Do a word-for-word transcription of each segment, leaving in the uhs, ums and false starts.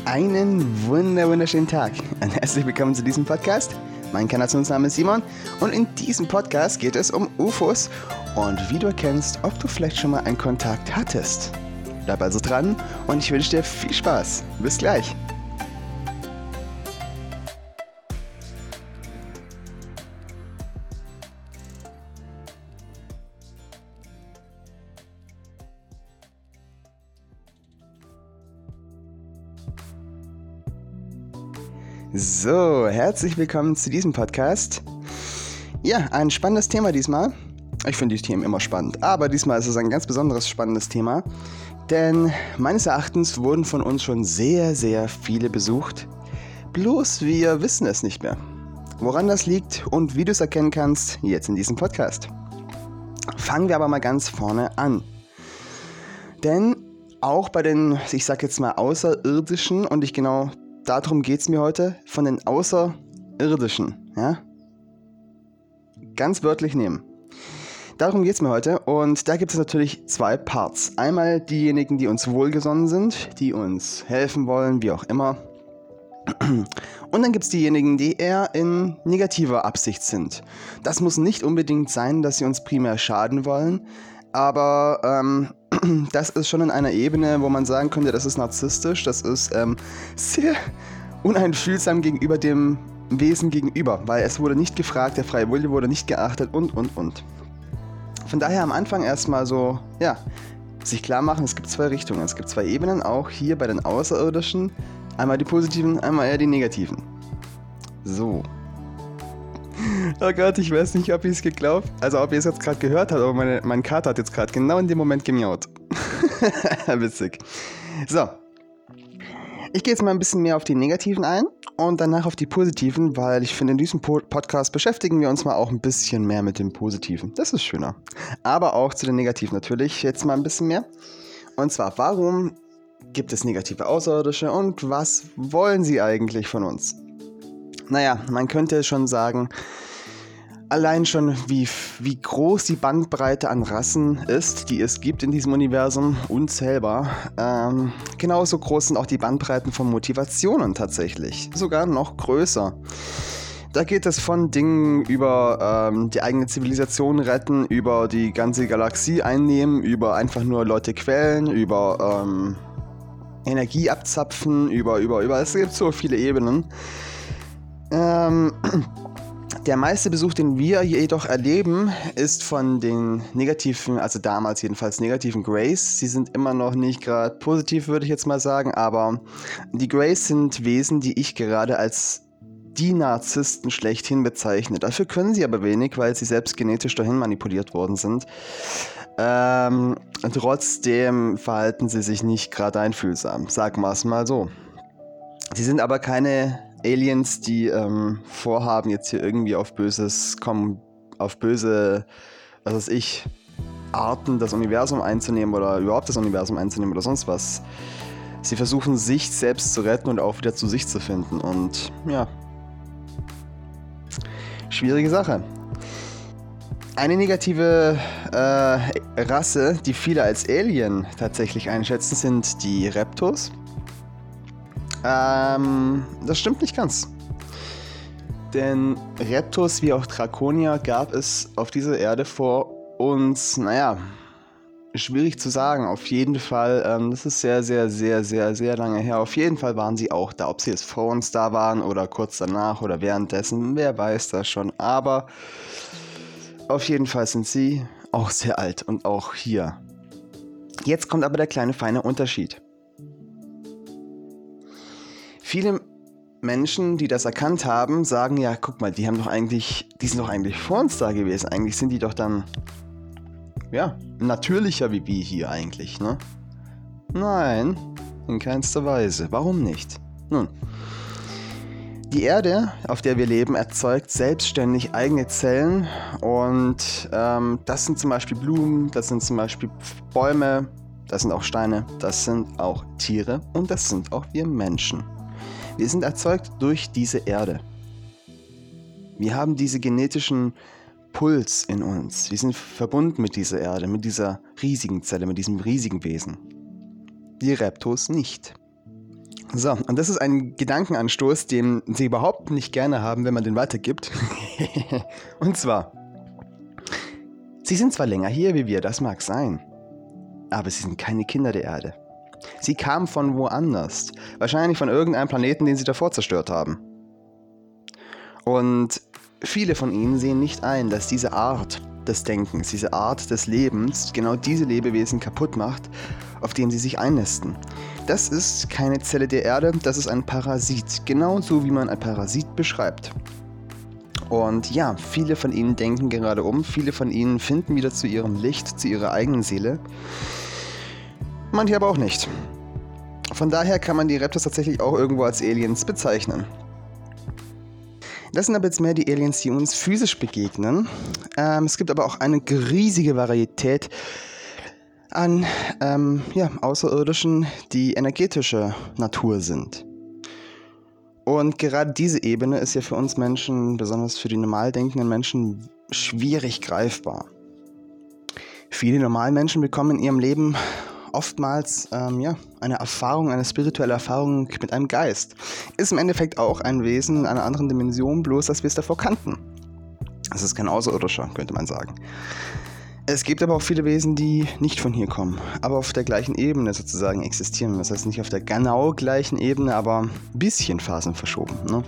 Einen wunder wunderschönen Tag und herzlich willkommen zu diesem Podcast. Mein Kanationsname ist Simon und in diesem Podcast geht es um U F Os und wie du erkennst, ob du vielleicht schon mal einen Kontakt hattest. Bleib also dran und ich wünsche dir viel Spaß. Bis gleich. So, herzlich willkommen zu diesem Podcast. Ja, ein spannendes Thema diesmal. Ich finde die Themen immer spannend, aber diesmal ist es ein ganz besonderes spannendes Thema, denn meines Erachtens wurden von uns schon sehr, sehr viele besucht. Bloß wir wissen es nicht mehr. Woran das liegt und wie du es erkennen kannst, jetzt in diesem Podcast. Fangen wir aber mal ganz vorne an. Denn auch bei den, ich sag jetzt mal, Außerirdischen, und ich genau darum geht es mir heute, von den Außerirdischen, ja, ganz wörtlich nehmen. Darum geht es mir heute und da gibt es natürlich zwei Parts. Einmal diejenigen, die uns wohlgesonnen sind, die uns helfen wollen, wie auch immer. Und dann gibt es diejenigen, die eher in negativer Absicht sind. Das muss nicht unbedingt sein, dass sie uns primär schaden wollen, aber ähm, das ist schon in einer Ebene, wo man sagen könnte, das ist narzisstisch, das ist ähm, sehr uneinfühlsam gegenüber dem Wesen gegenüber, weil es wurde nicht gefragt, der freie Wille wurde nicht geachtet und, und, und. Von daher am Anfang erstmal so, ja, sich klar machen, es gibt zwei Richtungen, es gibt zwei Ebenen, auch hier bei den Außerirdischen, einmal die positiven, einmal eher die negativen. So. Oh Gott, ich weiß nicht, ob ihr es geglaubt, also ob ihr es jetzt gerade gehört habt, aber meine, mein Kater hat jetzt gerade genau in dem Moment gemiaut. Witzig. So. Ich gehe jetzt mal ein bisschen mehr auf die negativen ein und danach auf die positiven, weil ich finde, in diesem Podcast beschäftigen wir uns mal auch ein bisschen mehr mit dem Positiven. Das ist schöner. Aber auch zu den negativen natürlich jetzt mal ein bisschen mehr. Und zwar, warum gibt es negative Außerirdische und was wollen sie eigentlich von uns? Naja, man könnte schon sagen, allein schon wie, wie groß die Bandbreite an Rassen ist, die es gibt in diesem Universum, unzählbar. Ähm, genauso groß sind auch die Bandbreiten von Motivationen tatsächlich, sogar noch größer. Da geht es von Dingen über ähm, die eigene Zivilisation retten, über die ganze Galaxie einnehmen, über einfach nur Leute quälen, über ähm, Energie abzapfen, über, über, über, es gibt so viele Ebenen. Ähm... Der meiste Besuch, den wir jedoch erleben, ist von den negativen, also damals jedenfalls negativen Greys. Sie sind immer noch nicht gerade positiv, würde ich jetzt mal sagen, aber die Greys sind Wesen, die ich gerade als die Narzissten schlechthin bezeichne. Dafür können sie aber wenig, weil sie selbst genetisch dahin manipuliert worden sind. Ähm, trotzdem verhalten sie sich nicht gerade einfühlsam, sagen wir es mal so. Sie sind aber keine Aliens, die ähm, vorhaben, jetzt hier irgendwie auf böses, kommen, auf böse, was weiß ich, Arten das Universum einzunehmen oder überhaupt das Universum einzunehmen oder sonst was. Sie versuchen, sich selbst zu retten und auch wieder zu sich zu finden und ja, schwierige Sache. Eine negative äh, Rasse, die viele als Alien tatsächlich einschätzen, sind die Reptos. Ähm, das stimmt nicht ganz. Denn Reptos wie auch Drakonier gab es auf dieser Erde vor uns, naja, schwierig zu sagen. Auf jeden Fall, ähm, das ist sehr, sehr, sehr, sehr, sehr lange her. Auf jeden Fall waren sie auch da. Ob sie jetzt vor uns da waren oder kurz danach oder währenddessen, wer weiß das schon. Aber auf jeden Fall sind sie auch sehr alt und auch hier. Jetzt kommt aber der kleine feine Unterschied. Viele Menschen, die das erkannt haben, sagen, ja, guck mal, die haben doch eigentlich, die sind doch eigentlich vor uns da gewesen. Eigentlich sind die doch dann, ja, natürlicher wie wir hier eigentlich, ne? Nein, in keinster Weise. Warum nicht? Nun, die Erde, auf der wir leben, erzeugt selbstständig eigene Zellen und ähm, das sind zum Beispiel Blumen, das sind zum Beispiel Bäume, das sind auch Steine, das sind auch Tiere und das sind auch wir Menschen. Wir sind erzeugt durch diese Erde. Wir haben diese genetischen Puls in uns. Wir sind verbunden mit dieser Erde, mit dieser riesigen Zelle, mit diesem riesigen Wesen. Die Reptos nicht. So, und das ist ein Gedankenanstoß, den sie überhaupt nicht gerne haben, wenn man den weitergibt. Und zwar, sie sind zwar länger hier wie wir, das mag sein, aber sie sind keine Kinder der Erde. Sie kamen von woanders, wahrscheinlich von irgendeinem Planeten, den sie davor zerstört haben. Und viele von ihnen sehen nicht ein, dass diese Art des Denkens, diese Art des Lebens genau diese Lebewesen kaputt macht, auf denen sie sich einnisten. Das ist keine Zelle der Erde, das ist ein Parasit, genauso wie man ein Parasit beschreibt. Und ja, viele von ihnen denken gerade um, viele von ihnen finden wieder zu ihrem Licht, zu ihrer eigenen Seele. Manche aber auch nicht. Von daher kann man die Raptors tatsächlich auch irgendwo als Aliens bezeichnen. Das sind aber jetzt mehr die Aliens, die uns physisch begegnen. Ähm, es gibt aber auch eine riesige Varietät an ähm, ja, Außerirdischen, die energetische Natur sind. Und gerade diese Ebene ist ja für uns Menschen, besonders für die normal denkenden Menschen, schwierig greifbar. Viele Normalmenschen bekommen in ihrem Leben oftmals ähm, ja, eine Erfahrung, eine spirituelle Erfahrung mit einem Geist. Ist im Endeffekt auch ein Wesen in einer anderen Dimension, bloß dass wir es davor kannten. Es ist kein Außerirdischer, könnte man sagen. Es gibt aber auch viele Wesen, die nicht von hier kommen, aber auf der gleichen Ebene sozusagen existieren. Das heißt nicht auf der genau gleichen Ebene, aber ein bisschen phasenverschoben. Ne?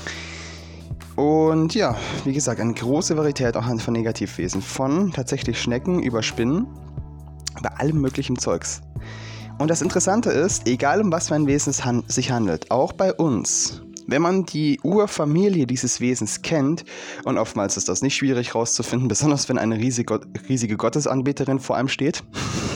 Und ja, wie gesagt, eine große Varietät auch von Negativwesen. Von tatsächlich Schnecken über Spinnen, bei allem möglichen Zeugs. Und das Interessante ist, egal um was für ein Wesen es han- sich handelt, auch bei uns, wenn man die Urfamilie dieses Wesens kennt, und oftmals ist das nicht schwierig herauszufinden, besonders wenn eine riesige, riesige Gottesanbeterin vor einem steht,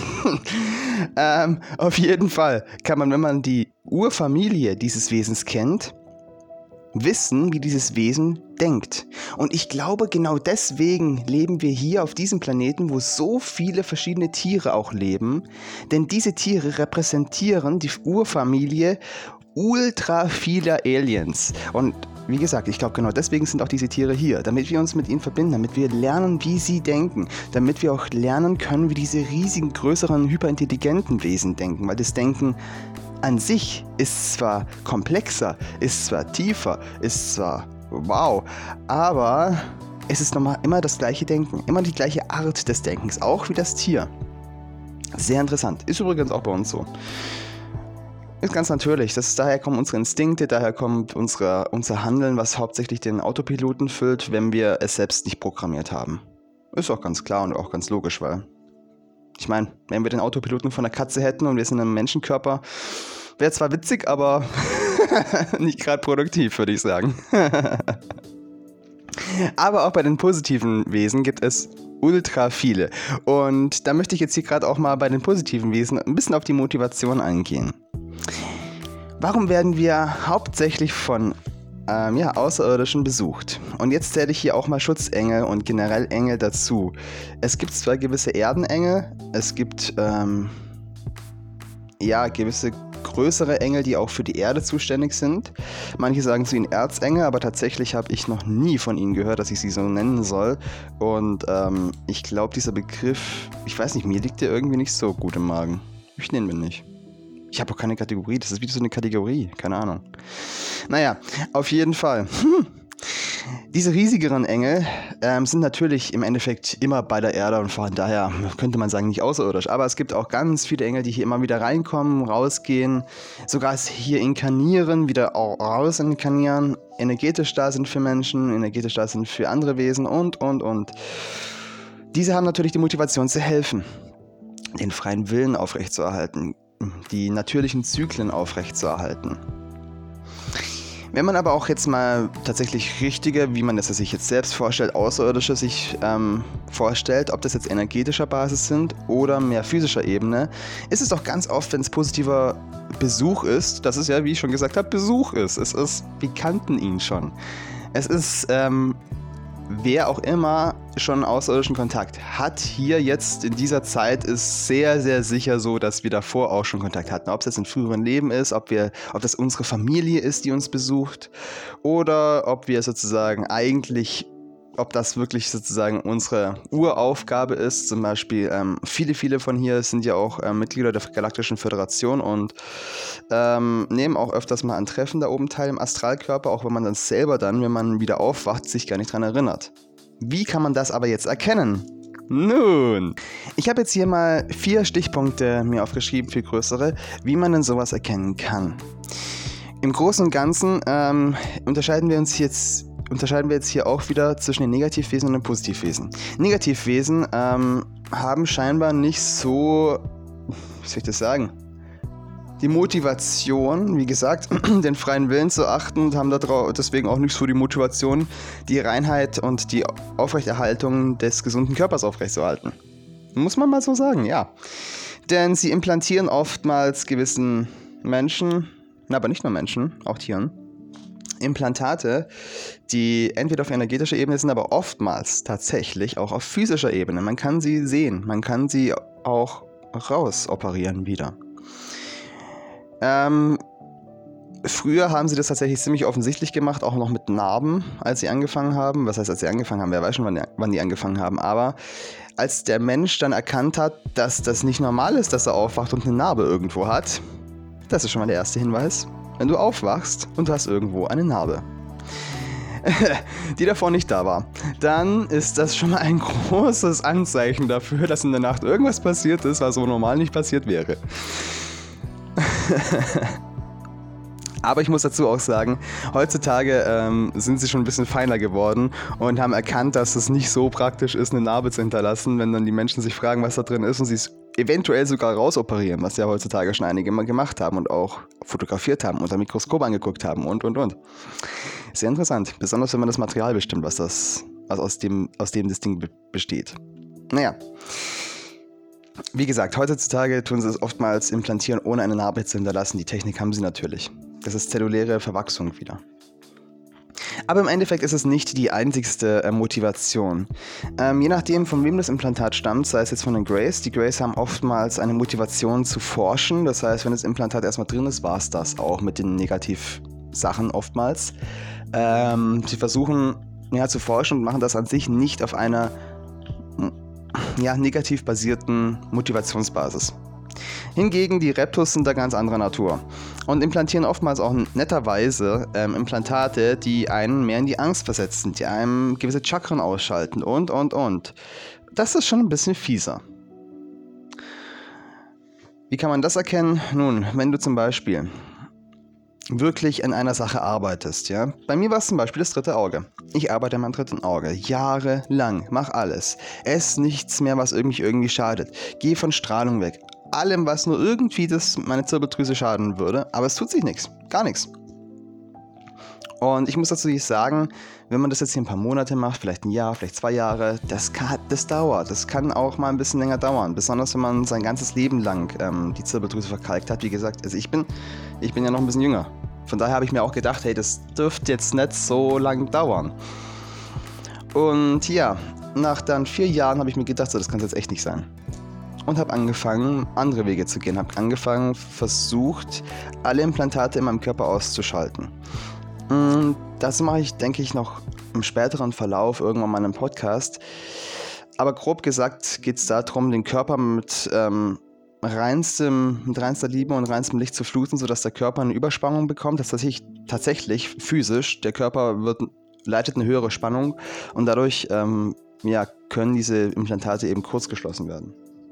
ähm, auf jeden Fall kann man, wenn man die Urfamilie dieses Wesens kennt, wissen, wie dieses Wesen denkt. Und ich glaube, genau deswegen leben wir hier auf diesem Planeten, wo so viele verschiedene Tiere auch leben. Denn diese Tiere repräsentieren die Urfamilie ultra vieler Aliens. Und wie gesagt, ich glaube, genau deswegen sind auch diese Tiere hier. Damit wir uns mit ihnen verbinden, damit wir lernen, wie sie denken. Damit wir auch lernen können, wie diese riesigen, größeren, hyperintelligenten Wesen denken. Weil das Denken an sich ist zwar komplexer, ist zwar tiefer, ist zwar wow, aber es ist nochmal immer das gleiche Denken, immer die gleiche Art des Denkens, auch wie das Tier. Sehr interessant. Ist übrigens auch bei uns so. Ist ganz natürlich. Das ist, daher kommen unsere Instinkte, daher kommt unsere, unser Handeln, was hauptsächlich den Autopiloten füllt, wenn wir es selbst nicht programmiert haben. Ist auch ganz klar und auch ganz logisch, weil ich meine, wenn wir den Autopiloten von der Katze hätten und wir sind in einem Menschenkörper, wäre zwar witzig, aber nicht gerade produktiv, würde ich sagen. Aber auch bei den positiven Wesen gibt es ultra viele. Und da möchte ich jetzt hier gerade auch mal bei den positiven Wesen ein bisschen auf die Motivation eingehen. Warum werden wir hauptsächlich von ähm, ja, Außerirdischen besucht? Und jetzt zähle ich hier auch mal Schutzengel und generell Engel dazu. Es gibt zwar gewisse Erdenengel, es gibt ähm, ja gewisse größere Engel, die auch für die Erde zuständig sind. Manche sagen zu ihnen Erzengel, aber tatsächlich habe ich noch nie von ihnen gehört, dass ich sie so nennen soll. Und ähm, ich glaube, dieser Begriff, ich weiß nicht, mir liegt der irgendwie nicht so gut im Magen. Ich nenne ihn nicht. Ich habe auch keine Kategorie, das ist wieder so eine Kategorie, keine Ahnung. Naja, auf jeden Fall. Hm. Diese riesigeren Engel ähm, sind natürlich im Endeffekt immer bei der Erde und von daher könnte man sagen nicht außerirdisch. Aber es gibt auch ganz viele Engel, die hier immer wieder reinkommen, rausgehen, sogar hier inkarnieren, wieder auch raus inkarnieren, energetisch da sind für Menschen, energetisch da sind für andere Wesen und, und, und. Diese haben natürlich die Motivation zu helfen, den freien Willen aufrechtzuerhalten, die natürlichen Zyklen aufrechtzuerhalten. Wenn man aber auch jetzt mal tatsächlich richtige, wie man das sich jetzt selbst vorstellt, Außerirdische sich ähm, vorstellt, ob das jetzt energetischer Basis sind oder mehr physischer Ebene, ist es doch ganz oft, wenn es positiver Besuch ist, dass es ja, wie ich schon gesagt habe, Besuch ist. Es ist, wir kannten ihn schon. Es ist, ähm, wer auch immer schon außerirdischen Kontakt hat, hier jetzt in dieser Zeit ist sehr, sehr sicher so, dass wir davor auch schon Kontakt hatten. Ob es jetzt in früheren Leben ist, ob wir, ob das unsere Familie ist, die uns besucht, oder ob wir sozusagen eigentlich ob das wirklich sozusagen unsere Uraufgabe ist. Zum Beispiel, ähm, viele, viele von hier sind ja auch äh, Mitglieder der Galaktischen Föderation und ähm, nehmen auch öfters mal an Treffen da oben teil im Astralkörper, auch wenn man dann selber dann, wenn man wieder aufwacht, sich gar nicht dran erinnert. Wie kann man das aber jetzt erkennen? Nun, ich habe jetzt hier mal vier Stichpunkte mir aufgeschrieben, viel größere, wie man denn sowas erkennen kann. Im Großen und Ganzen ähm, unterscheiden wir uns jetzt unterscheiden wir jetzt hier auch wieder zwischen den Negativwesen und den Positivwesen. Negativwesen ähm, haben scheinbar nicht so, wie soll ich das sagen, die Motivation, wie gesagt, den freien Willen zu achten und haben deswegen auch nicht so die Motivation, die Reinheit und die Aufrechterhaltung des gesunden Körpers aufrechtzuerhalten. Muss man mal so sagen, ja. Denn sie implantieren oftmals gewissen Menschen, aber nicht nur Menschen, auch Tieren, Implantate, die entweder auf energetischer Ebene sind, aber oftmals tatsächlich auch auf physischer Ebene. Man kann sie sehen, man kann sie auch rausoperieren wieder. Ähm, früher haben sie das tatsächlich ziemlich offensichtlich gemacht, auch noch mit Narben, als sie angefangen haben. Was heißt, als sie angefangen haben? Wer weiß schon, wann die, wann die angefangen haben. Aber als der Mensch dann erkannt hat, dass das nicht normal ist, dass er aufwacht und eine Narbe irgendwo hat, das ist schon mal der erste Hinweis. Wenn du aufwachst und du hast irgendwo eine Narbe, die davor nicht da war, dann ist das schon mal ein großes Anzeichen dafür, dass in der Nacht irgendwas passiert ist, was so normal nicht passiert wäre. Aber ich muss dazu auch sagen, heutzutage ähm, sind sie schon ein bisschen feiner geworden und haben erkannt, dass es nicht so praktisch ist, eine Narbe zu hinterlassen, wenn dann die Menschen sich fragen, was da drin ist und sie es eventuell sogar rausoperieren, was ja heutzutage schon einige immer gemacht haben und auch fotografiert haben, unter Mikroskop angeguckt haben und, und, und. Sehr interessant, besonders wenn man das Material bestimmt, was, das, was aus, dem, aus dem das Ding be- besteht. Naja. Wie gesagt, heutzutage tun sie es oftmals implantieren, ohne eine Narbe zu hinterlassen. Die Technik haben sie natürlich. Das ist zelluläre Verwachsung wieder. Aber im Endeffekt ist es nicht die einzigste äh, Motivation. Ähm, je nachdem, von wem das Implantat stammt, sei es jetzt von den Greys. Die Greys haben oftmals eine Motivation zu forschen. Das heißt, wenn das Implantat erstmal drin ist, war es das auch mit den Negativsachen oftmals. Ähm, sie versuchen ja, zu forschen und machen das an sich nicht auf einer ja, negativ basierten Motivationsbasis. Hingegen die Reptos sind da ganz anderer Natur und implantieren oftmals auch netterweise ähm, Implantate, die einen mehr in die Angst versetzen, die einem gewisse Chakren ausschalten und, und, und. Das ist schon ein bisschen fieser. Wie kann man das erkennen? Nun, wenn du zum Beispiel wirklich an einer Sache arbeitest, ja. Bei mir war es zum Beispiel das dritte Auge. Ich arbeite an meinem dritten Auge, jahrelang, mach alles. Ess nichts mehr, was irgendwie irgendwie schadet. Geh von Strahlung weg. Allem, was nur irgendwie das meine Zirbeldrüse schaden würde, aber es tut sich nichts, gar nichts. Und ich muss dazu sagen, wenn man das jetzt hier ein paar Monate macht, vielleicht ein Jahr, vielleicht zwei Jahre, das, kann, das dauert. Das kann auch mal ein bisschen länger dauern. Besonders wenn man sein ganzes Leben lang ähm, die Zirbeldrüse verkalkt hat. Wie gesagt, also ich bin, ich bin ja noch ein bisschen jünger. Von daher habe ich mir auch gedacht, hey, das dürfte jetzt nicht so lang dauern. Und ja, nach dann vier Jahren habe ich mir gedacht, so, das kann jetzt echt nicht sein. Und habe angefangen, andere Wege zu gehen. Habe angefangen, versucht, alle Implantate in meinem Körper auszuschalten. Und das mache ich, denke ich, noch im späteren Verlauf irgendwann mal in einem Podcast. Aber grob gesagt geht es darum, den Körper mit, ähm, reinstem, mit reinster Liebe und reinstem Licht zu fluten, sodass der Körper eine Überspannung bekommt. Das tatsächlich, tatsächlich physisch, der Körper wird, leitet eine höhere Spannung und dadurch ähm, ja, können diese Implantate eben kurz geschlossen werden.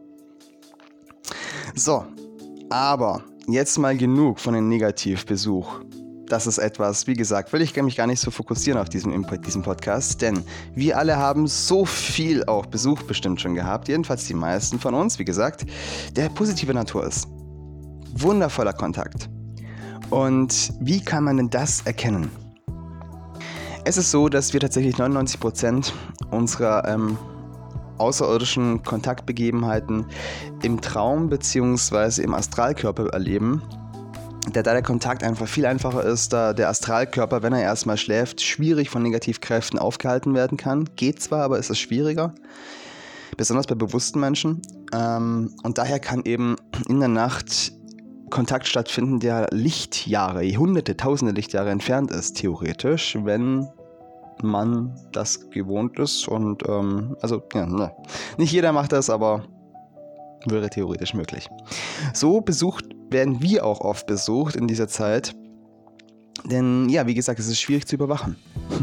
So, aber jetzt mal genug von dem Negativbesuch. Das ist etwas, wie gesagt, will ich mich gar nicht so fokussieren auf diesem, diesem Podcast, denn wir alle haben so viel auch Besuch bestimmt schon gehabt, jedenfalls die meisten von uns, wie gesagt, der positive Natur ist. Wundervoller Kontakt. Und wie kann man denn das erkennen? Es ist so, dass wir tatsächlich neunundneunzig Prozent unserer ähm, außerirdischen Kontaktbegebenheiten im Traum bzw. im Astralkörper erleben, da der Kontakt einfach viel einfacher ist, da der Astralkörper, wenn er erstmal schläft, schwierig von Negativkräften aufgehalten werden kann. Geht zwar, aber ist es schwieriger, besonders bei bewussten Menschen. Ähm, und daher kann eben in der Nacht Kontakt stattfinden, der Lichtjahre, hunderte, tausende Lichtjahre entfernt ist, theoretisch, wenn man das gewohnt ist. Und ähm, also, ja, ne. Nicht jeder macht das, aber wäre theoretisch möglich. So besucht werden wir auch oft besucht in dieser Zeit. Denn ja, wie gesagt, es ist schwierig zu überwachen.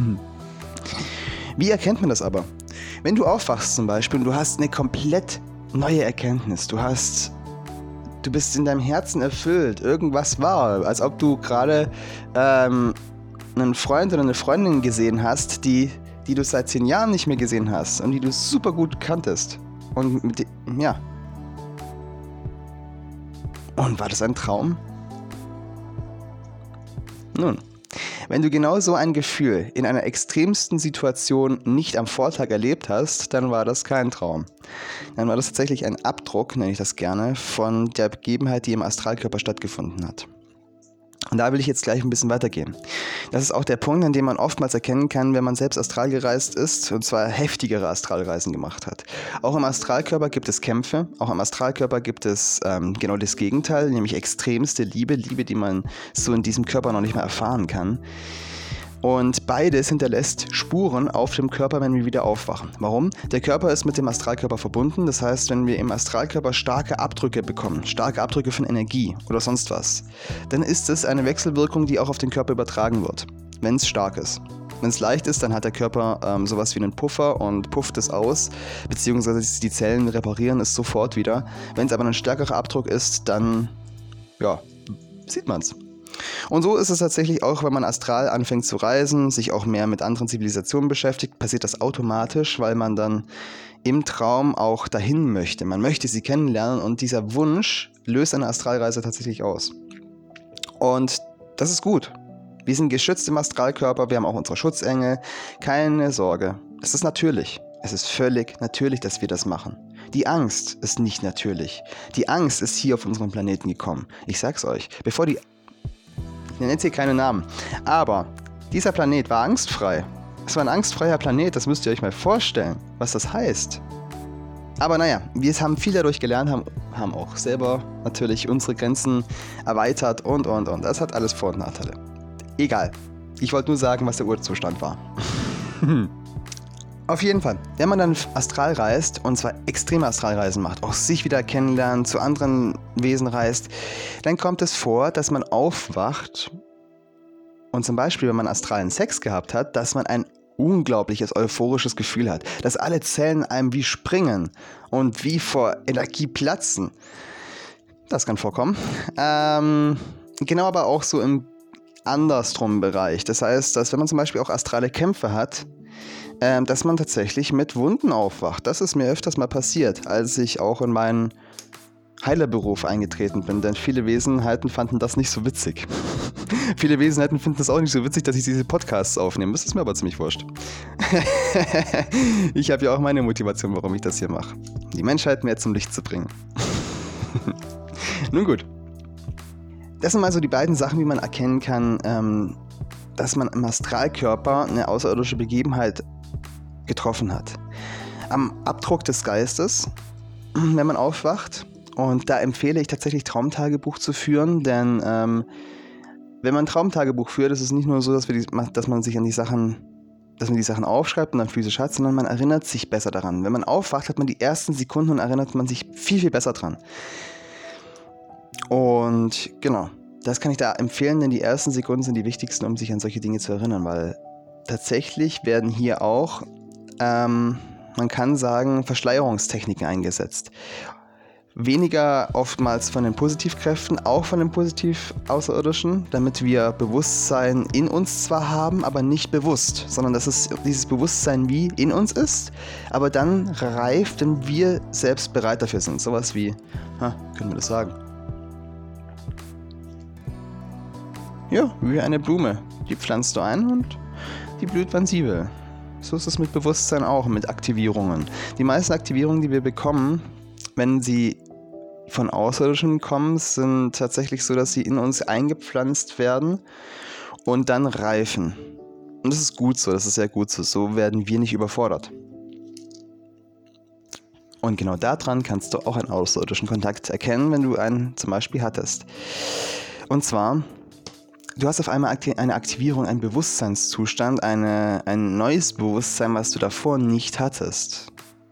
Wie erkennt man das aber? Wenn du aufwachst zum Beispiel und du hast eine komplett neue Erkenntnis, du hast, du bist in deinem Herzen erfüllt, irgendwas war, als ob du gerade ähm, einen Freund oder eine Freundin gesehen hast, die, die du seit zehn Jahren nicht mehr gesehen hast und die du super gut kanntest. Und mit die, ja. Und war das ein Traum? Nun, wenn du genau so ein Gefühl in einer extremsten Situation nicht am Vortag erlebt hast, dann war das kein Traum. Dann war das tatsächlich ein Abdruck, nenne ich das gerne, von der Begebenheit, die im Astralkörper stattgefunden hat. Und da will ich jetzt gleich ein bisschen weitergehen. Das ist auch der Punkt, an dem man oftmals erkennen kann, wenn man selbst astral gereist ist und zwar heftigere Astralreisen gemacht hat. Auch im Astralkörper gibt es Kämpfe, auch im Astralkörper gibt es ähm, genau das Gegenteil, nämlich extremste Liebe, Liebe, die man so in diesem Körper noch nicht mehr erfahren kann. Und beides hinterlässt Spuren auf dem Körper, wenn wir wieder aufwachen. Warum? Der Körper ist mit dem Astralkörper verbunden. Das heißt, wenn wir im Astralkörper starke Abdrücke bekommen, starke Abdrücke von Energie oder sonst was, dann ist es eine Wechselwirkung, die auch auf den Körper übertragen wird, wenn es stark ist. Wenn es leicht ist, dann hat der Körper ähm, sowas wie einen Puffer und pufft es aus, beziehungsweise die Zellen reparieren es sofort wieder. Wenn es aber ein stärkerer Abdruck ist, dann, ja, sieht man es. Und so ist es tatsächlich auch, wenn man astral anfängt zu reisen, sich auch mehr mit anderen Zivilisationen beschäftigt, passiert das automatisch, weil man dann im Traum auch dahin möchte. Man möchte sie kennenlernen und dieser Wunsch löst eine Astralreise tatsächlich aus. Und das ist gut. Wir sind geschützt im Astralkörper, wir haben auch unsere Schutzengel. Keine Sorge, es ist natürlich. Es ist völlig natürlich, dass wir das machen. Die Angst ist nicht natürlich. Die Angst ist hier auf unserem Planeten gekommen. Ich sag's euch, bevor die Ich nenne jetzt hier keine Namen. Aber dieser Planet war angstfrei. Es war ein angstfreier Planet, das müsst ihr euch mal vorstellen, was das heißt. Aber naja, wir haben viel dadurch gelernt, haben, haben auch selber natürlich unsere Grenzen erweitert und, und, und. Das hat alles Vor- und Nachteile. Egal. Ich wollte nur sagen, was der Urzustand war. Auf jeden Fall, wenn man dann astral reist, und zwar extreme Astralreisen macht, auch sich wieder kennenlernt, zu anderen Wesen reist, dann kommt es vor, dass man aufwacht und zum Beispiel, wenn man astralen Sex gehabt hat, dass man ein unglaubliches euphorisches Gefühl hat, dass alle Zellen einem wie springen und wie vor Energie platzen. Das kann vorkommen. Ähm, genau, aber auch so im andersrum Bereich. Das heißt, dass wenn man zum Beispiel auch astrale Kämpfe hat, dass man tatsächlich mit Wunden aufwacht. Das ist mir öfters mal passiert, als ich auch in meinen Heilerberuf eingetreten bin, denn viele Wesenheiten fanden das nicht so witzig. Viele Wesenheiten finden das auch nicht so witzig, dass ich diese Podcasts aufnehme. Das ist mir aber ziemlich wurscht. Ich habe ja auch meine Motivation, warum ich das hier mache. Die Menschheit mehr zum Licht zu bringen. Nun gut. Das sind mal so die beiden Sachen, wie man erkennen kann, ähm, dass man im Astralkörper eine außerirdische Begebenheit getroffen hat. Am Abdruck des Geistes, wenn man aufwacht. Und da empfehle ich tatsächlich Traumtagebuch zu führen, denn ähm, wenn man Traumtagebuch führt, ist es nicht nur so, dass, wir die, dass man sich an die Sachen, dass man die Sachen aufschreibt und dann physisch hat, sondern man erinnert sich besser daran. Wenn man aufwacht, hat man die ersten Sekunden und erinnert man sich viel, viel besser dran. Und genau, das kann ich da empfehlen, denn die ersten Sekunden sind die wichtigsten, um sich an solche Dinge zu erinnern, weil tatsächlich werden hier auch, ähm, man kann sagen, Verschleierungstechniken eingesetzt. Weniger oftmals von den Positivkräften, auch von den positiv-außerirdischen, damit wir Bewusstsein in uns zwar haben, aber nicht bewusst, sondern dass es dieses Bewusstsein wie in uns ist, aber dann reift, wenn wir selbst bereit dafür sind. Sowas wie, ha, können wir das sagen? Ja, wie eine Blume. Die pflanzt du ein und die blüht, wann sie will. So ist es mit Bewusstsein auch, mit Aktivierungen. Die meisten Aktivierungen, die wir bekommen, wenn sie von Außerirdischen kommen, sind tatsächlich so, dass sie in uns eingepflanzt werden und dann reifen. Und das ist gut so, das ist sehr gut so. So werden wir nicht überfordert. Und genau daran kannst du auch einen außerirdischen Kontakt erkennen, wenn du einen zum Beispiel hattest. Und zwar du hast auf einmal eine Aktivierung, einen Bewusstseinszustand, eine, ein neues Bewusstsein, was du davor nicht hattest.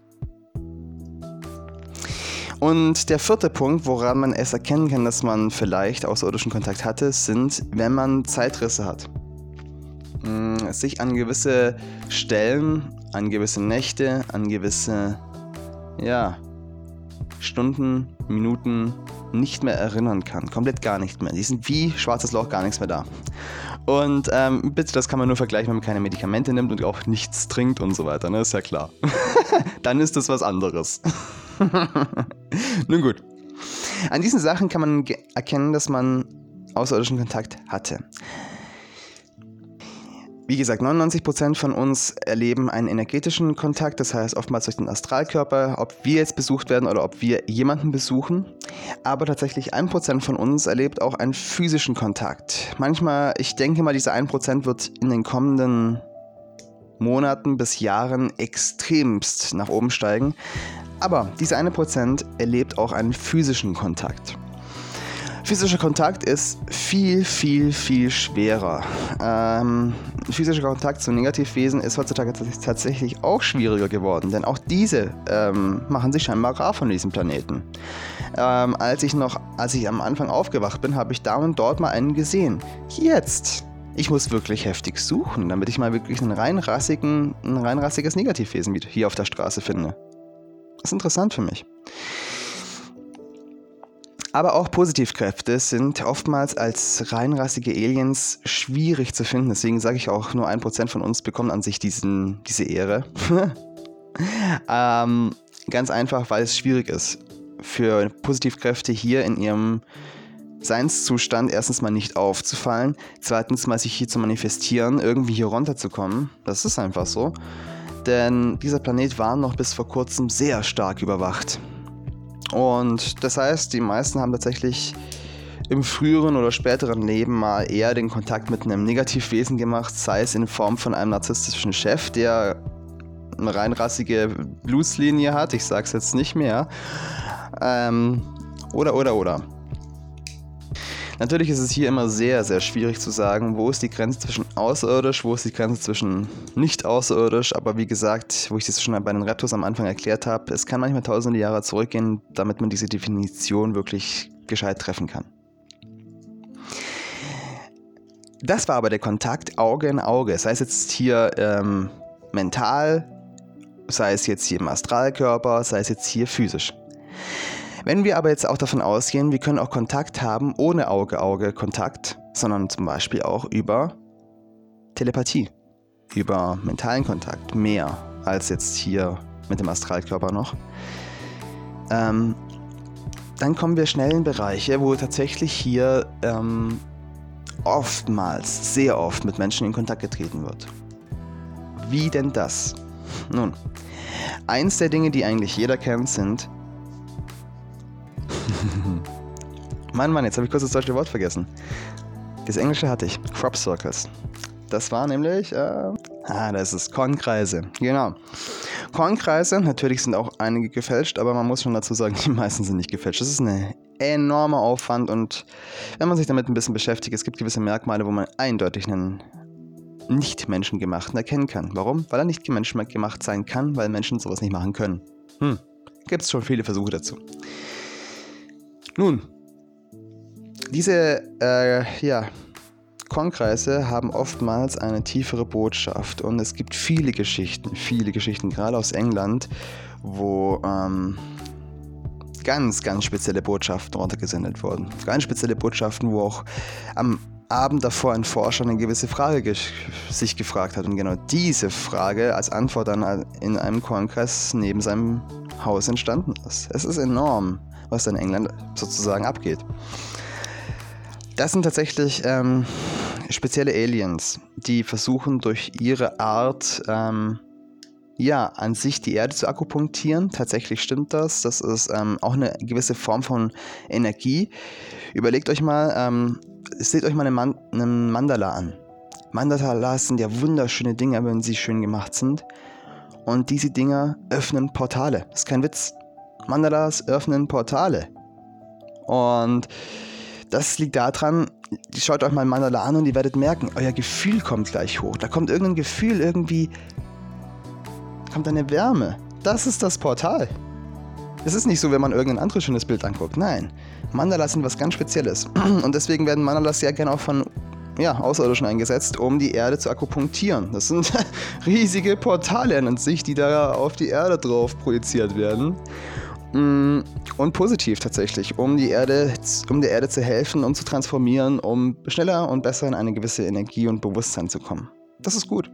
Und der vierte Punkt, woran man es erkennen kann, dass man vielleicht außerirdischen Kontakt hatte, sind, wenn man Zeitrisse hat. Sich an gewisse Stellen, an gewisse Nächte, an gewisse ja, Stunden, Minuten nicht mehr erinnern kann. Komplett gar nicht mehr. Die sind wie schwarzes Loch, gar nichts mehr da. Und ähm, bitte, das kann man nur vergleichen, wenn man keine Medikamente nimmt und auch nichts trinkt und so weiter, ne? Ist ja klar. Dann ist das was anderes. Nun gut. An diesen Sachen kann man ge- erkennen, dass man außerirdischen Kontakt hatte. Wie gesagt, neunundneunzig Prozent von uns erleben einen energetischen Kontakt, das heißt oftmals durch den Astralkörper, ob wir jetzt besucht werden oder ob wir jemanden besuchen. Aber tatsächlich ein Prozent von uns erlebt auch einen physischen Kontakt. Manchmal, ich denke mal, dieser ein Prozent wird in den kommenden Monaten bis Jahren extremst nach oben steigen. Aber dieser eine Prozent erlebt auch einen physischen Kontakt. Physischer Kontakt ist viel, viel, viel schwerer. Ähm, physischer Kontakt zu Negativwesen ist heutzutage tatsächlich auch schwieriger geworden, denn auch diese ähm, machen sich scheinbar rar von diesem Planeten. Ähm, als ich noch, als ich am Anfang aufgewacht bin, habe ich da und dort mal einen gesehen. Jetzt! Ich muss wirklich heftig suchen, damit ich mal wirklich einen reinrassigen, ein reinrassiges Negativwesen hier auf der Straße finde. Das ist interessant für mich. Aber auch Positivkräfte sind oftmals als reinrassige Aliens schwierig zu finden. Deswegen sage ich auch, nur ein Prozent von uns bekommen an sich diesen, diese Ehre. ähm, ganz einfach, weil es schwierig ist, für Positivkräfte hier in ihrem Seinszustand erstens mal nicht aufzufallen, zweitens mal sich hier zu manifestieren, irgendwie hier runterzukommen. Das ist einfach so. Denn dieser Planet war noch bis vor kurzem sehr stark überwacht. Und das heißt, die meisten haben tatsächlich im früheren oder späteren Leben mal eher den Kontakt mit einem Negativwesen gemacht, sei es in Form von einem narzisstischen Chef, der eine reinrassige Blueslinie hat, ich sag's jetzt nicht mehr, ähm, oder, oder, oder. Natürlich ist es hier immer sehr, sehr schwierig zu sagen, wo ist die Grenze zwischen außerirdisch, wo ist die Grenze zwischen nicht außerirdisch, aber wie gesagt, wo ich das schon bei den Reptos am Anfang erklärt habe, es kann manchmal tausende Jahre zurückgehen, damit man diese Definition wirklich gescheit treffen kann. Das war aber der Kontakt Auge in Auge, sei es jetzt hier ähm, mental, sei es jetzt hier im Astralkörper, sei es jetzt hier physisch. Wenn wir aber jetzt auch davon ausgehen, wir können auch Kontakt haben ohne Auge-Auge-Kontakt, sondern zum Beispiel auch über Telepathie, über mentalen Kontakt, mehr als jetzt hier mit dem Astralkörper noch, ähm, dann kommen wir schnell in Bereiche, wo tatsächlich hier ähm, oftmals, sehr oft mit Menschen in Kontakt getreten wird. Wie denn das? Nun, eins der Dinge, die eigentlich jeder kennt, sind Mann, Mann, jetzt habe ich kurz das deutsche Wort vergessen. Das Englische hatte ich. Crop Circles. Das war nämlich, äh, ah, das ist Kornkreise. Genau. Kornkreise, natürlich sind auch einige gefälscht, aber man muss schon dazu sagen, die meisten sind nicht gefälscht. Das ist ein enormer Aufwand und wenn man sich damit ein bisschen beschäftigt, es gibt gewisse Merkmale, wo man eindeutig einen nicht menschengemachten erkennen kann. Warum? Weil er nicht menschengemacht sein kann, weil Menschen sowas nicht machen können. Hm, gibt es schon viele Versuche dazu. Nun, diese äh, ja, Kornkreise haben oftmals eine tiefere Botschaft und es gibt viele Geschichten, viele Geschichten, gerade aus England, wo ähm, ganz, ganz spezielle Botschaften runtergesendet wurden. Ganz spezielle Botschaften, wo auch am Abend davor ein Forscher eine gewisse Frage ge- sich gefragt hat und genau diese Frage als Antwort dann in einem Kornkreis neben seinem Haus entstanden ist. Es ist enorm, was in England sozusagen abgeht. Das sind tatsächlich ähm, spezielle Aliens, die versuchen durch ihre Art, ähm, ja, an sich die Erde zu akupunktieren. Tatsächlich stimmt das. Das ist ähm, auch eine gewisse Form von Energie. Überlegt euch mal, ähm, seht euch mal einen, Man- einen Mandala an. Mandalas sind ja wunderschöne Dinge, wenn sie schön gemacht sind. Und diese Dinger öffnen Portale. Das ist kein Witz. Mandalas öffnen Portale. Und das liegt daran, schaut euch mal Mandala an und ihr werdet merken, euer Gefühl kommt gleich hoch. Da kommt irgendein Gefühl, irgendwie kommt eine Wärme. Das ist das Portal. Es ist nicht so, wenn man irgendein anderes schönes Bild anguckt. Nein, Mandalas sind was ganz Spezielles. Und deswegen werden Mandalas sehr gerne auch von ja, Außerirdischen eingesetzt, um die Erde zu akupunktieren. Das sind riesige Portale an sich, die da auf die Erde drauf projiziert werden. Und positiv tatsächlich, um die Erde, um der Erde zu helfen, um zu transformieren, um schneller und besser in eine gewisse Energie und Bewusstsein zu kommen. Das ist gut.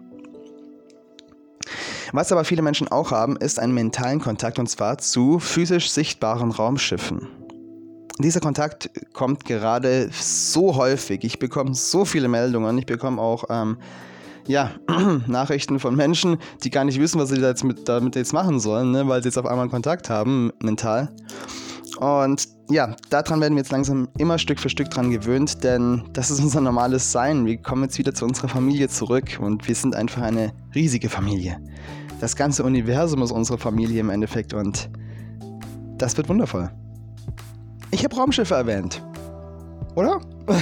Was aber viele Menschen auch haben, ist einen mentalen Kontakt, und zwar zu physisch sichtbaren Raumschiffen. Dieser Kontakt kommt gerade so häufig. Ich bekomme so viele Meldungen. Ich bekomme auch ähm, ja, Nachrichten von Menschen, die gar nicht wissen, was sie jetzt mit, damit jetzt machen sollen, ne? Weil sie jetzt auf einmal Kontakt haben, mental. Und ja, daran werden wir jetzt langsam immer Stück für Stück dran gewöhnt, denn das ist unser normales Sein. Wir kommen jetzt wieder zu unserer Familie zurück und wir sind einfach eine riesige Familie. Das ganze Universum ist unsere Familie im Endeffekt und das wird wundervoll. Ich habe Raumschiffe erwähnt, oder?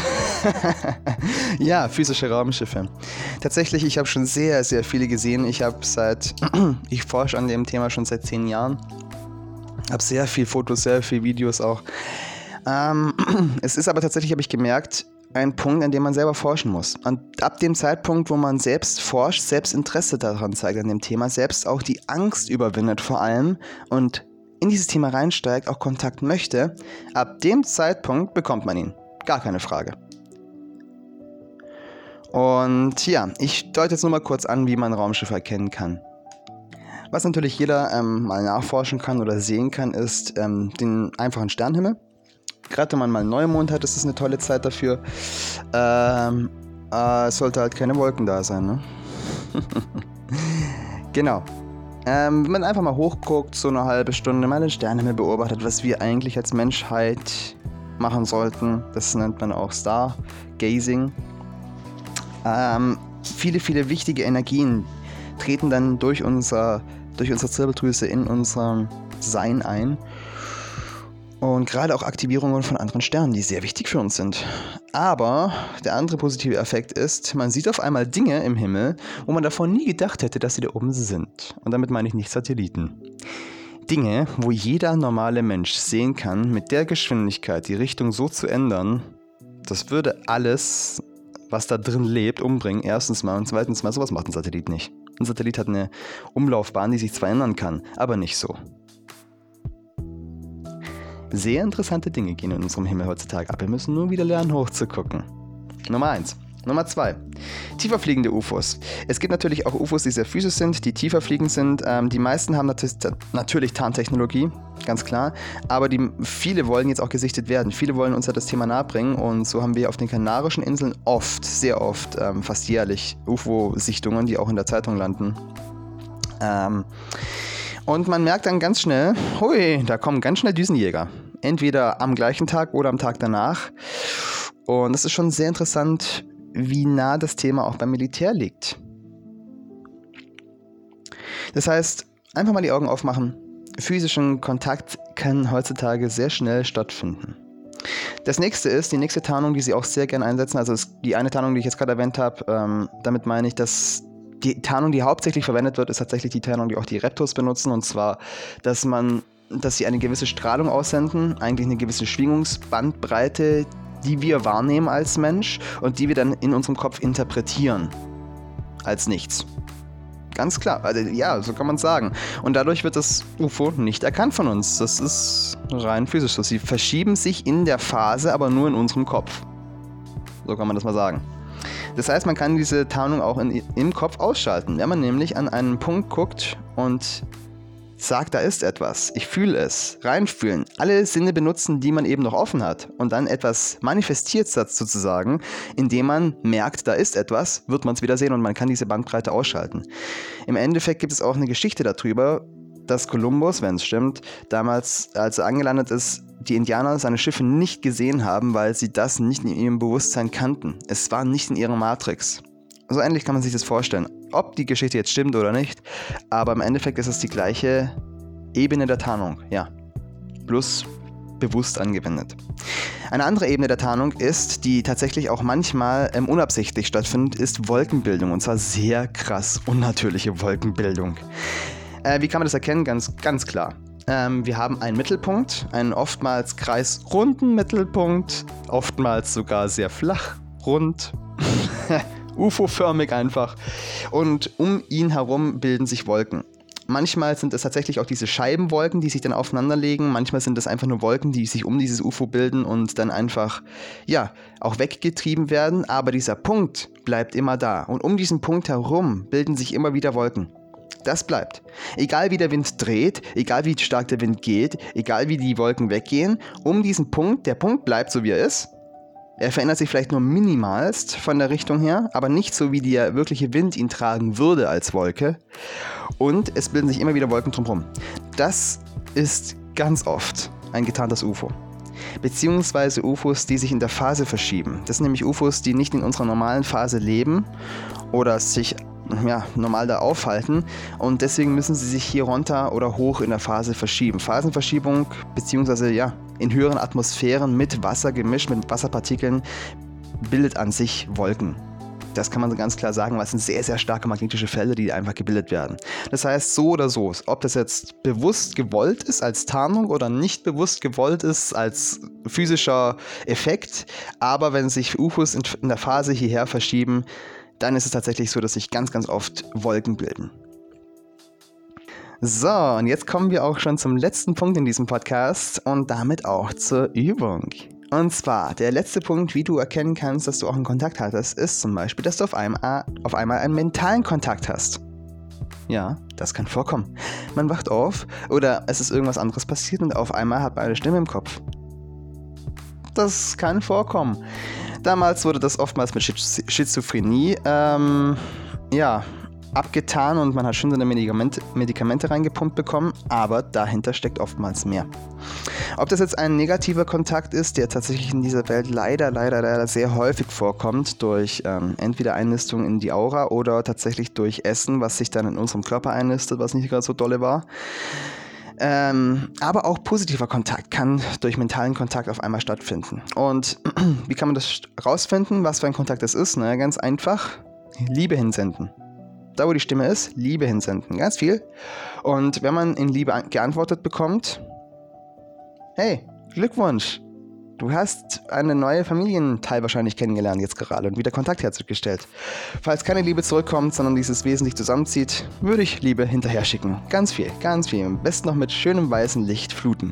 Ja, physische Raumschiffe. Tatsächlich, ich habe schon sehr, sehr viele gesehen. Ich habe seit, ich forsche an dem Thema schon seit zehn Jahren. Habe sehr viel Fotos, sehr viel Videos auch. Ähm, es ist aber tatsächlich, habe ich gemerkt, ein Punkt, an dem man selber forschen muss. Und ab dem Zeitpunkt, wo man selbst forscht, selbst Interesse daran zeigt an dem Thema, selbst auch die Angst überwindet vor allem und in dieses Thema reinsteigt, auch Kontakt möchte, ab dem Zeitpunkt bekommt man ihn. Gar keine Frage. Und ja, ich deute jetzt nur mal kurz an, wie man Raumschiffe erkennen kann. Was natürlich jeder ähm, mal nachforschen kann oder sehen kann, ist ähm, den einfachen Sternenhimmel. Gerade wenn man mal einen Neumond hat, ist das eine tolle Zeit dafür. Ähm, äh, es sollte halt keine Wolken da sein, ne? Genau. Ähm, wenn man einfach mal hochguckt, so eine halbe Stunde mal den Sternenhimmel beobachtet, was wir eigentlich als Menschheit machen sollten, das nennt man auch Stargazing. Ähm, viele, viele wichtige Energien treten dann durch, unser, durch unsere Zirbeldrüse in unserem Sein ein. Und gerade auch Aktivierungen von anderen Sternen, die sehr wichtig für uns sind. Aber der andere positive Effekt ist, man sieht auf einmal Dinge im Himmel, wo man davor nie gedacht hätte, dass sie da oben sind. Und damit meine ich nicht Satelliten. Dinge, wo jeder normale Mensch sehen kann, mit der Geschwindigkeit die Richtung so zu ändern, das würde alles, was da drin lebt, umbringen. Erstens mal und zweitens mal, sowas macht ein Satellit nicht. Ein Satellit hat eine Umlaufbahn, die sich zwar ändern kann, aber nicht so. Sehr interessante Dinge gehen in unserem Himmel heutzutage ab. Wir müssen nur wieder lernen, hochzugucken. Nummer eins. Nummer zwei. Tiefer fliegende U F Os. Es gibt natürlich auch U F Os, die sehr physisch sind, die tiefer fliegend sind. Ähm, die meisten haben nat- natürlich Tarntechnologie, ganz klar. Aber die, viele wollen jetzt auch gesichtet werden. Viele wollen uns ja das Thema nahebringen. Und so haben wir auf den Kanarischen Inseln oft, sehr oft, ähm, fast jährlich U F O-Sichtungen, die auch in der Zeitung landen. Ähm... Und man merkt dann ganz schnell, hui, da kommen ganz schnell Düsenjäger. Entweder am gleichen Tag oder am Tag danach. Und das ist schon sehr interessant, wie nah das Thema auch beim Militär liegt. Das heißt, einfach mal die Augen aufmachen. Physischen Kontakt kann heutzutage sehr schnell stattfinden. Das nächste ist, die nächste Tarnung, die Sie auch sehr gerne einsetzen, also die eine Tarnung, die ich jetzt gerade erwähnt habe, ähm, damit meine ich, dass die Tarnung, die hauptsächlich verwendet wird, ist tatsächlich die Tarnung, die auch die Reptos benutzen. Und zwar, dass man, dass sie eine gewisse Strahlung aussenden, eigentlich eine gewisse Schwingungsbandbreite, die wir wahrnehmen als Mensch und die wir dann in unserem Kopf interpretieren. Als nichts. Ganz klar, also ja, so kann man es sagen. Und dadurch wird das U F O nicht erkannt von uns. Das ist rein physisch so. Sie verschieben sich in der Phase, aber nur in unserem Kopf. So kann man das mal sagen. Das heißt, man kann diese Tarnung auch in, im Kopf ausschalten. Wenn man nämlich an einen Punkt guckt und sagt, da ist etwas, ich fühle es, reinfühlen, alle Sinne benutzen, die man eben noch offen hat und dann etwas manifestiert sozusagen, indem man merkt, da ist etwas, wird man es wieder sehen und man kann diese Bandbreite ausschalten. Im Endeffekt gibt es auch eine Geschichte darüber, dass Kolumbus, wenn es stimmt, damals, als er angelandet ist, die Indianer seine Schiffe nicht gesehen haben, weil sie das nicht in ihrem Bewusstsein kannten. Es war nicht in ihrer Matrix. So ähnlich kann man sich das vorstellen. Ob die Geschichte jetzt stimmt oder nicht, aber im Endeffekt ist es die gleiche Ebene der Tarnung, ja. Plus bewusst angewendet. Eine andere Ebene der Tarnung ist, die tatsächlich auch manchmal ähm, unabsichtlich stattfindet, ist Wolkenbildung. Und zwar sehr krass unnatürliche Wolkenbildung. Äh, wie kann man das erkennen? Ganz, ganz klar. Ähm, wir haben einen Mittelpunkt, einen oftmals kreisrunden Mittelpunkt, oftmals sogar sehr flach, rund, U F O-förmig einfach. Und um ihn herum bilden sich Wolken. Manchmal sind es tatsächlich auch diese Scheibenwolken, die sich dann aufeinanderlegen. Manchmal sind es einfach nur Wolken, die sich um dieses U F O bilden und dann einfach, ja, auch weggetrieben werden. Aber dieser Punkt bleibt immer da. Und um diesen Punkt herum bilden sich immer wieder Wolken. Das bleibt. Egal wie der Wind dreht, egal wie stark der Wind geht, egal wie die Wolken weggehen, um diesen Punkt, der Punkt bleibt so wie er ist. Er verändert sich vielleicht nur minimalst von der Richtung her, aber nicht so, wie der wirkliche Wind ihn tragen würde als Wolke. Und es bilden sich immer wieder Wolken drumherum. Das ist ganz oft ein getarntes U F O. Beziehungsweise U F Os, die sich in der Phase verschieben. Das sind nämlich U F Os, die nicht in unserer normalen Phase leben oder sich ja, normal da aufhalten und deswegen müssen sie sich hier runter oder hoch in der Phase verschieben. Phasenverschiebung beziehungsweise ja, in höheren Atmosphären mit Wasser gemischt, mit Wasserpartikeln, bildet an sich Wolken. Das kann man ganz klar sagen, weil es sind sehr, sehr starke magnetische Felder, die einfach gebildet werden. Das heißt, so oder so, ob das jetzt bewusst gewollt ist als Tarnung oder nicht bewusst gewollt ist als physischer Effekt, aber wenn sich U F Os in der Phase hierher verschieben, dann ist es tatsächlich so, dass sich ganz, ganz oft Wolken bilden. So, und jetzt kommen wir auch schon zum letzten Punkt in diesem Podcast und damit auch zur Übung. Und zwar, der letzte Punkt, wie du erkennen kannst, dass du auch einen Kontakt hattest, ist zum Beispiel, dass du auf einmal, auf einmal einen mentalen Kontakt hast. Ja, das kann vorkommen. Man wacht auf oder es ist irgendwas anderes passiert und auf einmal hat man eine Stimme im Kopf. Das kann vorkommen. Damals wurde das oftmals mit Schizophrenie ähm, ja, abgetan und man hat schon seine Medikamente, Medikamente reingepumpt bekommen, aber dahinter steckt oftmals mehr. Ob das jetzt ein negativer Kontakt ist, der tatsächlich in dieser Welt leider, leider, leider sehr häufig vorkommt, durch ähm, entweder Einnistung in die Aura oder tatsächlich durch Essen, was sich dann in unserem Körper einnistet, was nicht gerade so dolle war. Ähm, aber auch positiver Kontakt kann durch mentalen Kontakt auf einmal stattfinden. Und wie kann man das rausfinden, was für ein Kontakt das ist? Na, ganz einfach, Liebe hinsenden. Da, wo die Stimme ist, Liebe hinsenden. Ganz viel. Und wenn man in Liebe geantwortet bekommt, hey, Glückwunsch, du hast einen neuen Familienteil wahrscheinlich kennengelernt jetzt gerade und wieder Kontakt hergestellt. Falls keine Liebe zurückkommt, sondern dieses Wesen sich zusammenzieht, würde ich Liebe hinterher schicken. Ganz viel, ganz viel. Am besten noch mit schönem weißem Licht fluten.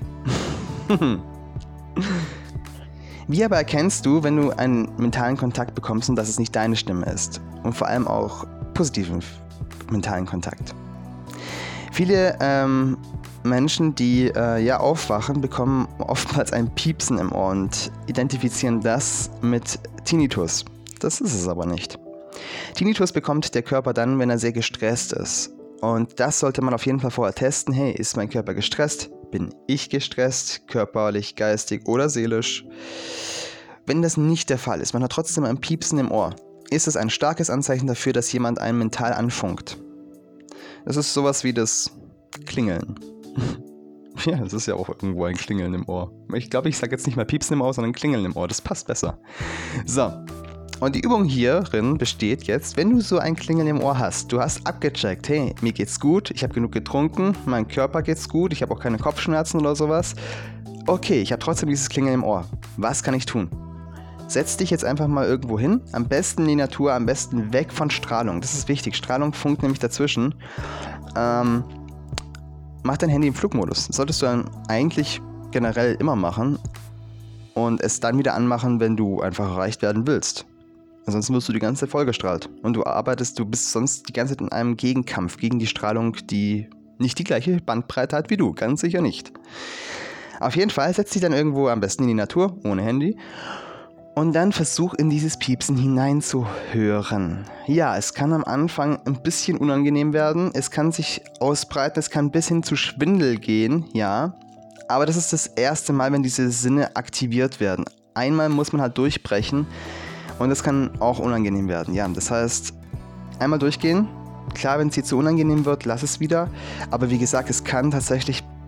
Wie aber erkennst du, wenn du einen mentalen Kontakt bekommst und dass es nicht deine Stimme ist? Und vor allem auch positiven mentalen Kontakt. Viele ähm, Menschen, die äh, ja aufwachen, bekommen oftmals ein Piepsen im Ohr und identifizieren das mit Tinnitus. Das ist es aber nicht. Tinnitus bekommt der Körper dann, wenn er sehr gestresst ist. Und das sollte man auf jeden Fall vorher testen. Hey, ist mein Körper gestresst? Bin ich gestresst? Körperlich, geistig oder seelisch? Wenn das nicht der Fall ist, man hat trotzdem ein Piepsen im Ohr, ist es ein starkes Anzeichen dafür, dass jemand einen mental anfunkt. Das ist sowas wie das Klingeln. Ja, das ist ja auch irgendwo ein Klingeln im Ohr. Ich glaube, ich sage jetzt nicht mal Piepsen im Ohr, sondern Klingeln im Ohr. Das passt besser. So, und die Übung hierin besteht jetzt, wenn du so ein Klingeln im Ohr hast, du hast abgecheckt, hey, mir geht's gut, ich habe genug getrunken, meinem Körper geht's gut, ich habe auch keine Kopfschmerzen oder sowas. Okay, ich habe trotzdem dieses Klingeln im Ohr. Was kann ich tun? Setz dich jetzt einfach mal irgendwo hin, am besten in die Natur, am besten weg von Strahlung. Das ist wichtig, Strahlung funkt nämlich dazwischen. Ähm... Mach dein Handy im Flugmodus. Das solltest du dann eigentlich generell immer machen und es dann wieder anmachen, wenn du einfach erreicht werden willst. Ansonsten wirst du die ganze Zeit vollgestrahlt und du arbeitest, du bist sonst die ganze Zeit in einem Gegenkampf gegen die Strahlung, die nicht die gleiche Bandbreite hat wie du, ganz sicher nicht. Auf jeden Fall setz dich dann irgendwo am besten in die Natur, ohne Handy. Und dann versuch in dieses Piepsen hineinzuhören. Ja, es kann am Anfang ein bisschen unangenehm werden, es kann sich ausbreiten, es kann bis hin zu Schwindel gehen, ja. Aber das ist das erste Mal, wenn diese Sinne aktiviert werden. Einmal muss man halt durchbrechen und das kann auch unangenehm werden, ja. Das heißt, einmal durchgehen, klar, wenn es dir zu unangenehm wird, lass es wieder. Aber wie gesagt, es kann tatsächlich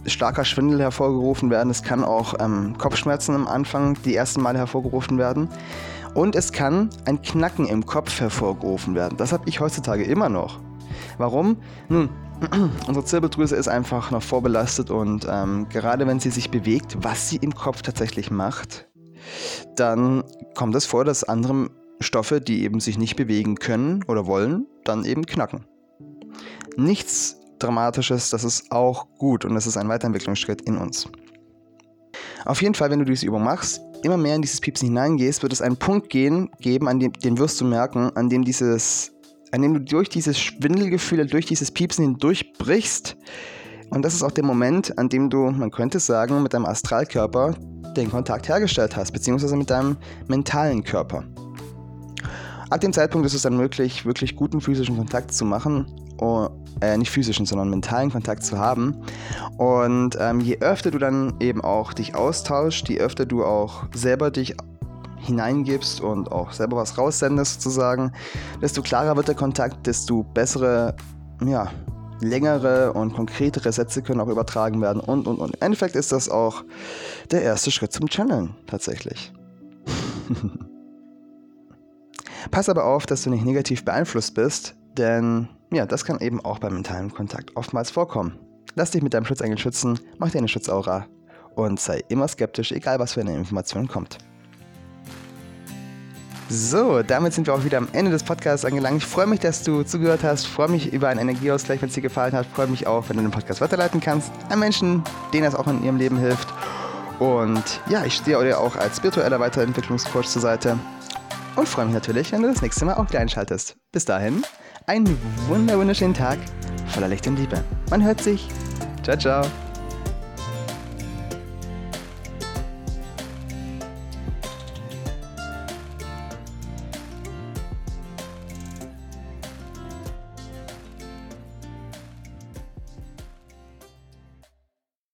starker Schwindel hervorgerufen werden. Es kann auch ähm, Kopfschmerzen am Anfang die ersten Male hervorgerufen werden. Und es kann ein Knacken im Kopf hervorgerufen werden. Das habe ich heutzutage immer noch. Warum? Nun, unsere Zirbeldrüse ist einfach noch vorbelastet und ähm, gerade wenn sie sich bewegt, was sie im Kopf tatsächlich macht, dann kommt es vor, dass andere Stoffe, die eben sich nicht bewegen können oder wollen, dann eben knacken. Nichts Dramatisches, das ist auch gut und das ist ein Weiterentwicklungsschritt in uns. Auf jeden Fall, wenn du diese Übung machst, immer mehr in dieses Piepsen hineingehst, wird es einen Punkt gehen, geben, an dem den wirst du merken, an dem dieses, an dem du durch dieses Schwindelgefühl, durch dieses Piepsen hindurchbrichst. Und das ist auch der Moment, an dem du, man könnte sagen, mit deinem Astralkörper den Kontakt hergestellt hast, beziehungsweise mit deinem mentalen Körper. Ab dem Zeitpunkt ist es dann möglich, wirklich guten physischen Kontakt zu machen, oh, äh, nicht physischen, sondern mentalen Kontakt zu haben. Und ähm, je öfter du dann eben auch dich austauschst, je öfter du auch selber dich hineingibst und auch selber was raussendest sozusagen, desto klarer wird der Kontakt, desto bessere, ja, längere und konkretere Sätze können auch übertragen werden und, und, und. Im Endeffekt ist das auch der erste Schritt zum Channeln, tatsächlich. Pass aber auf, dass du nicht negativ beeinflusst bist, denn ja, das kann eben auch beim mentalen Kontakt oftmals vorkommen. Lass dich mit deinem Schutzengel schützen, mach dir eine Schutzaura und sei immer skeptisch, egal was für eine Information kommt. So, damit sind wir auch wieder am Ende des Podcasts angelangt. Ich freue mich, dass du zugehört hast, freue mich über einen Energieausgleich, wenn es dir gefallen hat, freue mich auch, wenn du den Podcast weiterleiten kannst an Menschen, denen das auch in ihrem Leben hilft. Und ja, ich stehe dir auch als spiritueller Weiterentwicklungscoach zur Seite und freue mich natürlich, wenn du das nächste Mal auch wieder einschaltest. Bis dahin, einen wunder wunderschönen Tag voller Licht und Liebe. Man hört sich. Ciao, ciao.